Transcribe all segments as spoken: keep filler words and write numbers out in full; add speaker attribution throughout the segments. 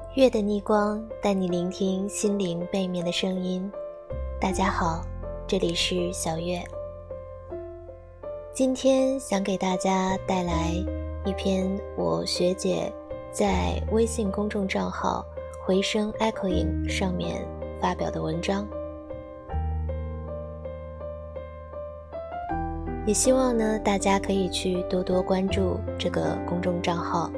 Speaker 1: 月的逆光带你聆听心灵背面的声音。大家好，这里是小月。今天想给大家带来一篇我学姐在微信公众账号回声 Echoing 上面发表的文章，也希望呢大家可以去多多关注这个公众账号。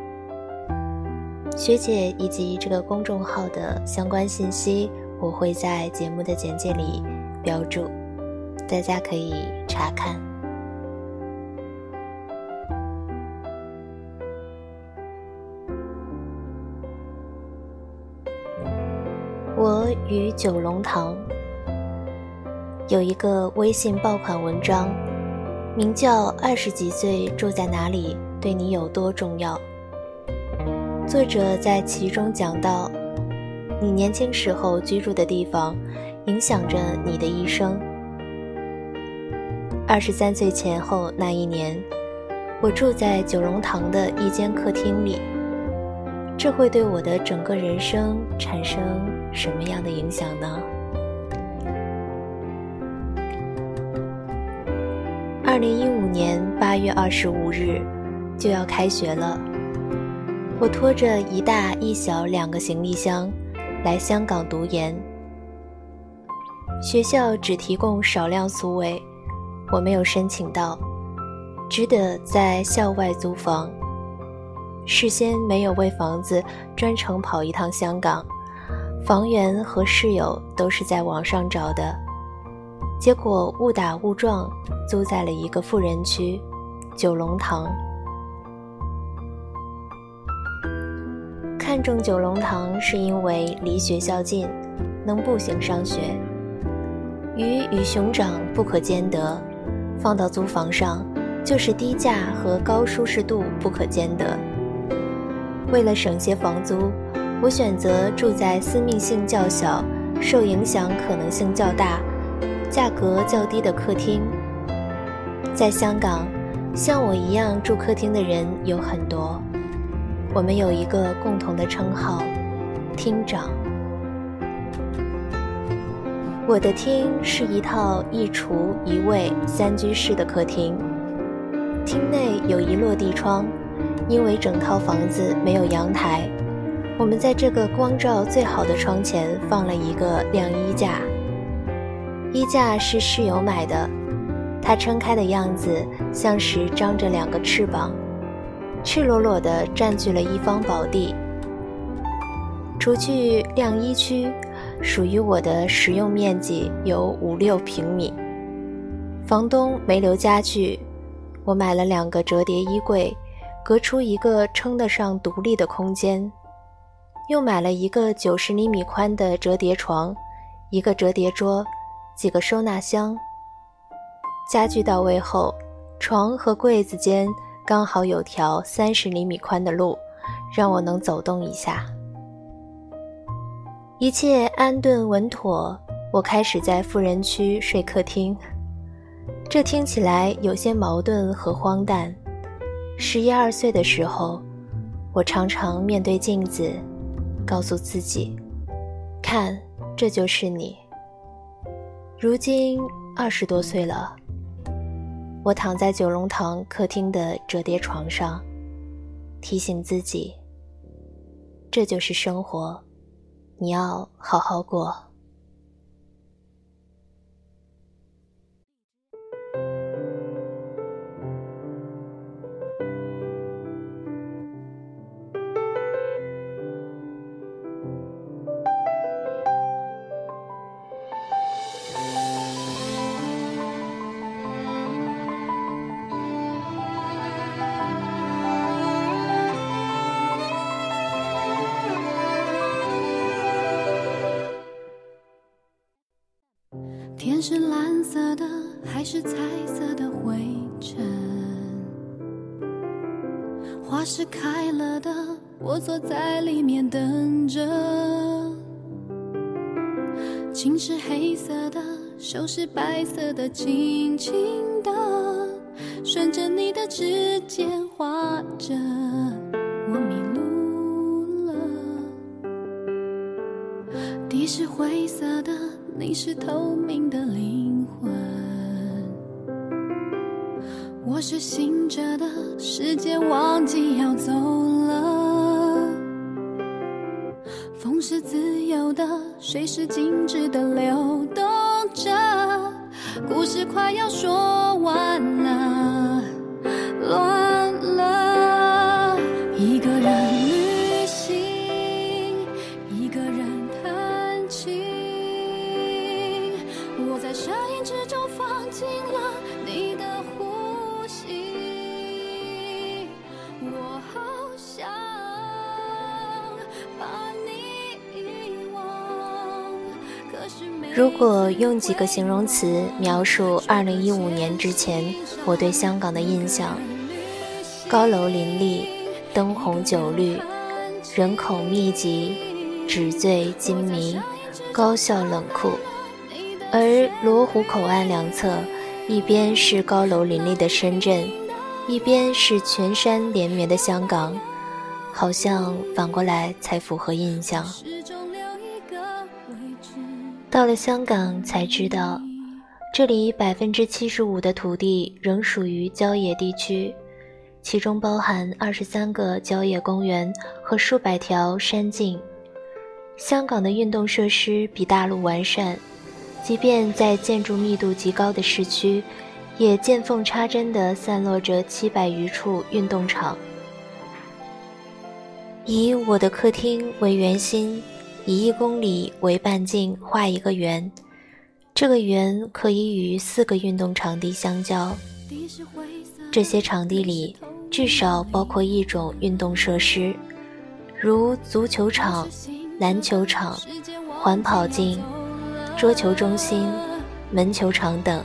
Speaker 1: 学姐以及这个公众号的相关信息我会在节目的简介里标注，大家可以查看。我与九龙塘有一个微信爆款文章，名叫二十几岁住在哪里对你有多重要。作者在其中讲到，你年轻时候居住的地方影响着你的一生。二十三岁前后那一年，我住在九龙塘的一间客厅里，这会对我的整个人生产生什么样的影响呢？二零一五年八月二十五日就要开学了，我拖着一大一小两个行李箱来香港读研。学校只提供少量宿位，我没有申请到，只得在校外租房。事先没有为房子专程跑一趟香港，房源和室友都是在网上找的，结果误打误撞租在了一个富人区九龙塘。看中九龙塘是因为离学校近，能步行上学。鱼与熊掌不可兼得，放到租房上就是低价和高舒适度不可兼得。为了省些房租，我选择住在私密性较小、受影响可能性较大、价格较低的客厅。在香港，像我一样住客厅的人有很多，我们有一个共同的称号，厅长。我的厅是一套一厨一卫三居室的客厅，厅内有一落地窗，因为整套房子没有阳台，我们在这个光照最好的窗前放了一个晾衣架。衣架是室友买的，它撑开的样子像是张着两个翅膀，赤裸裸地占据了一方宝地。除去晾衣区，属于我的实用面积有五六平米。房东没留家具，我买了两个折叠衣柜，隔出一个称得上独立的空间，又买了一个九十厘米宽的折叠床，一个折叠桌，几个收纳箱。家具到位后，床和柜子间刚好有条三十厘米宽的路，让我能走动一下。一切安顿稳妥，我开始在富人区睡客厅。这听起来有些矛盾和荒诞。十一二岁的时候，我常常面对镜子，告诉自己，看，这就是你。如今二十多岁了，我躺在九龙塘客厅的折叠床上，提醒自己，这就是生活，你要好好过。
Speaker 2: 天是蓝色的还是彩色的灰尘，花是开了的，我坐在里面等着。情是黑色的，手是白色的，轻轻的顺着你的指尖画着，我迷路了。 地是灰色的，你是透明的灵魂。我是醒着的，时间忘记要走了。风是自由的，水是静止的流动着。故事快要说完了，乱了。一个人旅行，一个人弹琴。我在声音之中放进了你的呼吸。我好想把你遗忘，可是没。
Speaker 1: 如果用几个形容词描述二零一五年之前我对香港的印象：高楼林立，灯红酒绿，人口密集，纸醉金迷，高效冷酷。而罗湖口岸两侧，一边是高楼林立的深圳，一边是群山连绵的香港，好像反过来才符合印象。到了香港才知道，这里 百分之七十五 的土地仍属于郊野地区，其中包含二十三个郊野公园和数百条山径。香港的运动设施比大陆完善，即便在建筑密度极高的市区，也见缝插针地散落着七百余处运动场。以我的客厅为圆心，以一公里为半径画一个圆，这个圆可以与四个运动场地相交。这些场地里至少包括一种运动设施，如足球场、篮球场、环跑径、桌球中心、门球场等。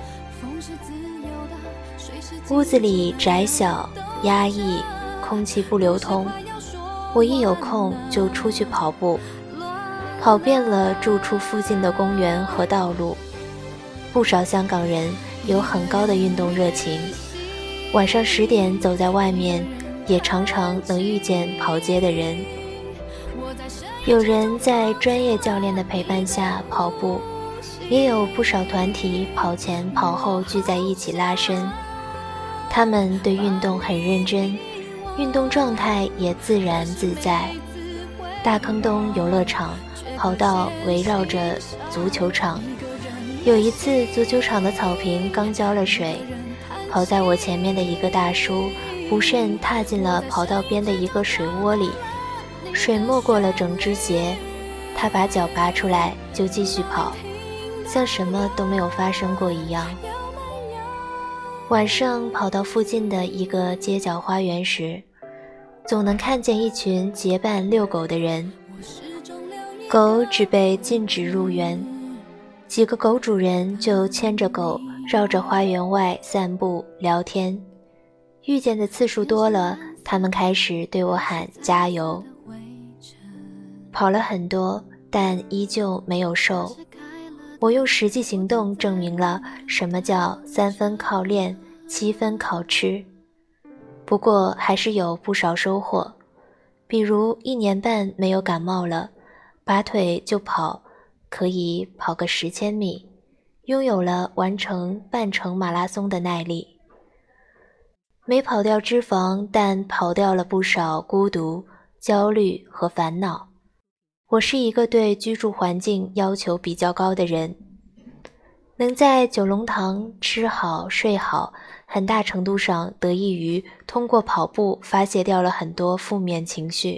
Speaker 1: 屋子里窄小压抑，空气不流通，我一有空就出去跑步，跑遍了住处附近的公园和道路。不少香港人有很高的运动热情，晚上十点走在外面，也常常能遇见跑街的人。有人在专业教练的陪伴下跑步，也有不少团体跑前跑后聚在一起拉伸。他们对运动很认真，运动状态也自然自在。大坑东游乐场跑道围绕着足球场，有一次足球场的草坪刚浇了水，跑在我前面的一个大叔不慎踏进了跑道边的一个水窝里，水没过了整只鞋，他把脚拔出来就继续跑，像什么都没有发生过一样。晚上跑到附近的一个街角花园时，总能看见一群结伴遛狗的人，狗只被禁止入园，几个狗主人就牵着狗绕着花园外散步聊天，遇见的次数多了，他们开始对我喊加油。跑了很多，但依旧没有瘦。我用实际行动证明了什么叫三分靠练，七分靠吃。不过还是有不少收获，比如一年半没有感冒了，拔腿就跑，可以跑个十千米，拥有了完成半程马拉松的耐力。没跑掉脂肪，但跑掉了不少孤独、焦虑和烦恼。我是一个对居住环境要求比较高的人，能在九龙塘吃好睡好，很大程度上得益于通过跑步发泄掉了很多负面情绪。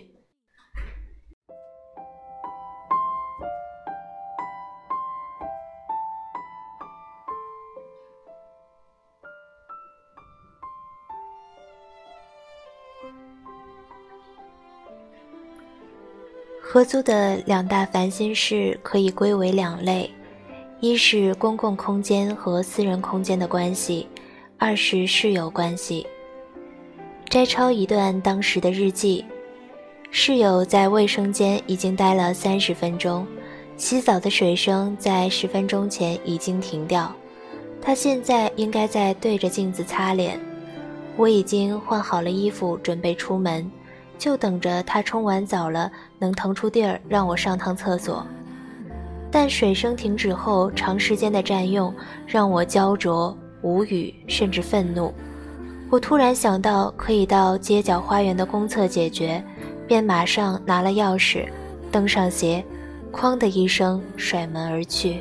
Speaker 1: 合租的两大烦心事可以归为两类，一是公共空间和私人空间的关系，二是室友关系。摘抄一段当时的日记，室友在卫生间已经待了三十分钟，洗澡的水声在十分钟前已经停掉，他现在应该在对着镜子擦脸。我已经换好了衣服准备出门，就等着他冲完澡了能腾出地儿让我上趟厕所。 但水声停止后长时间的占用让我焦灼、无语，甚至愤怒。我突然想到可以到街角花园的公厕解决，便马上拿了钥匙，登上鞋，哐的一声甩门而去。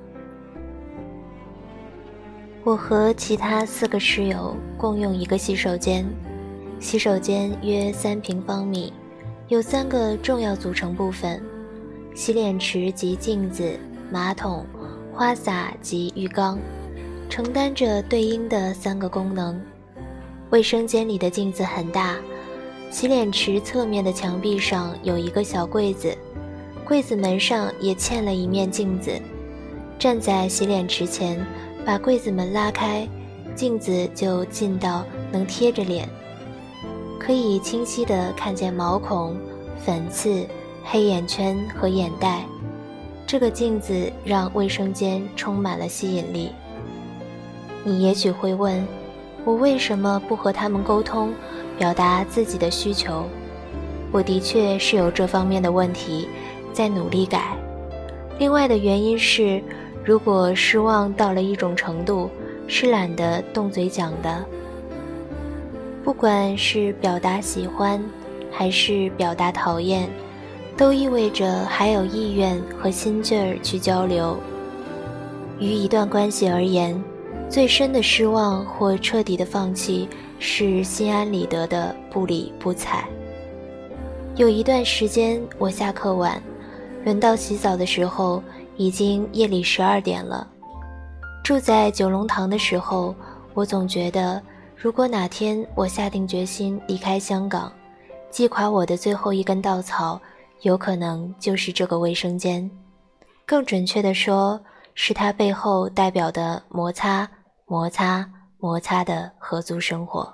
Speaker 1: 我和其他四个室友共用一个洗手间，洗手间约三平方米，有三个重要组成部分：洗脸池及镜子、马桶、花洒及浴缸，承担着对应的三个功能。卫生间里的镜子很大，洗脸池侧面的墙壁上有一个小柜子，柜子门上也嵌了一面镜子。站在洗脸池前，把柜子门拉开，镜子就近到能贴着脸，可以清晰地看见毛孔、粉刺、黑眼圈和眼袋。这个镜子让卫生间充满了吸引力。你也许会问，我为什么不和他们沟通，表达自己的需求？我的确是有这方面的问题，在努力改。另外的原因是，如果失望到了一种程度，是懒得动嘴讲的。不管是表达喜欢，还是表达讨厌，都意味着还有意愿和心劲儿去交流。于一段关系而言，最深的失望或彻底的放弃是心安理得的不理不睬。有一段时间我下课晚，轮到洗澡的时候已经夜里十二点了。住在九龙塘的时候，我总觉得如果哪天我下定决心离开香港，击垮我的最后一根稻草有可能就是这个卫生间，更准确地说是它背后代表的摩擦摩擦摩擦的合租生活。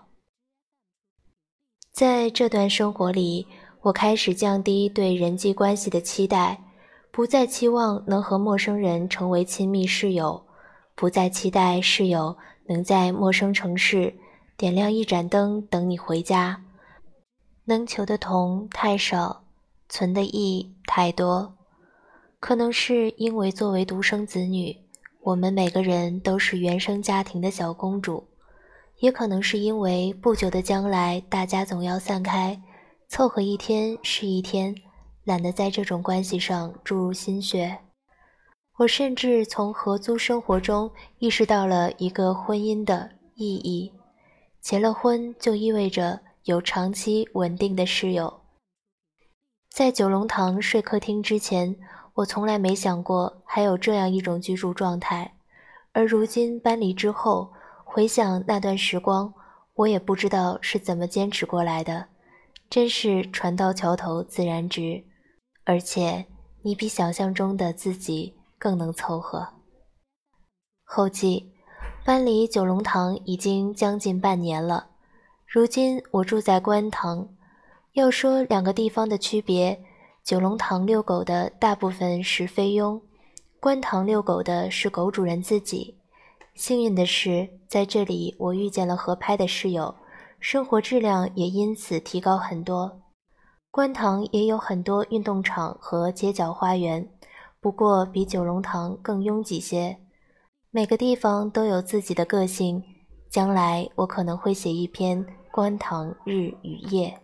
Speaker 1: 在这段生活里，我开始降低对人际关系的期待，不再期望能和陌生人成为亲密室友，不再期待室友能在陌生城市点亮一盏灯等你回家。能求的同太少，存的异太多。可能是因为作为独生子女，我们每个人都是原生家庭的小公主，也可能是因为不久的将来大家总要散开，凑合一天是一天，懒得在这种关系上注入心血。我甚至从合租生活中意识到了一个婚姻的意义，结了婚就意味着有长期稳定的室友。在九龙塘睡客厅之前，我从来没想过还有这样一种居住状态，而如今搬离之后，回想那段时光，我也不知道是怎么坚持过来的，真是船到桥头自然直，而且你比想象中的自己更能凑合。后记，搬离九龙塘已经将近半年了，如今我住在观塘。要说两个地方的区别，九龙塘遛狗的大部分是菲佣，观塘遛狗的是狗主人自己。幸运的是，在这里我遇见了合拍的室友，生活质量也因此提高很多。观塘也有很多运动场和街角花园，不过比九龙塘更拥挤些。每个地方都有自己的个性，将来我可能会写一篇观塘日与夜。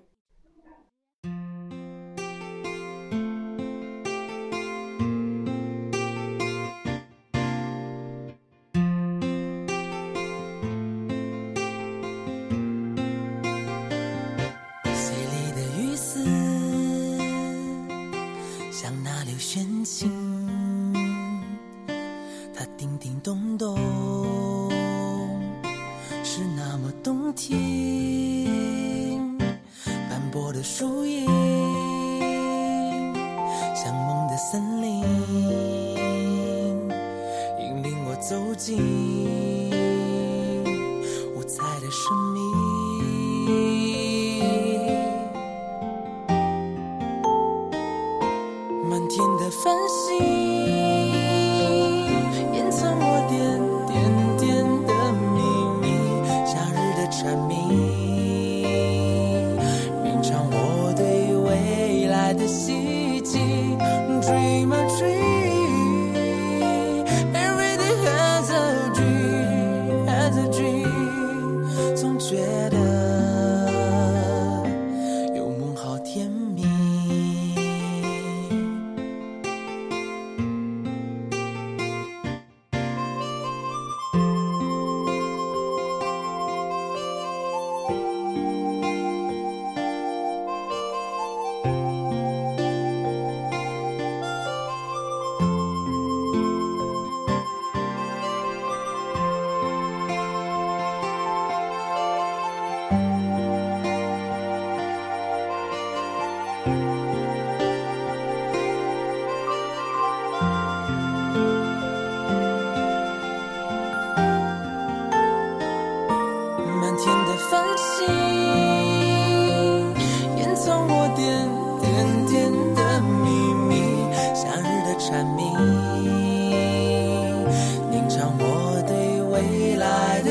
Speaker 3: 弦琴，它叮叮咚咚，是那么动听。斑驳的树影，像梦的森林，引领我走进五彩的生命。满天的繁星掩藏我点点点的秘密，夏日的蝉鸣品尝我对未来的希冀。 Dream a dream，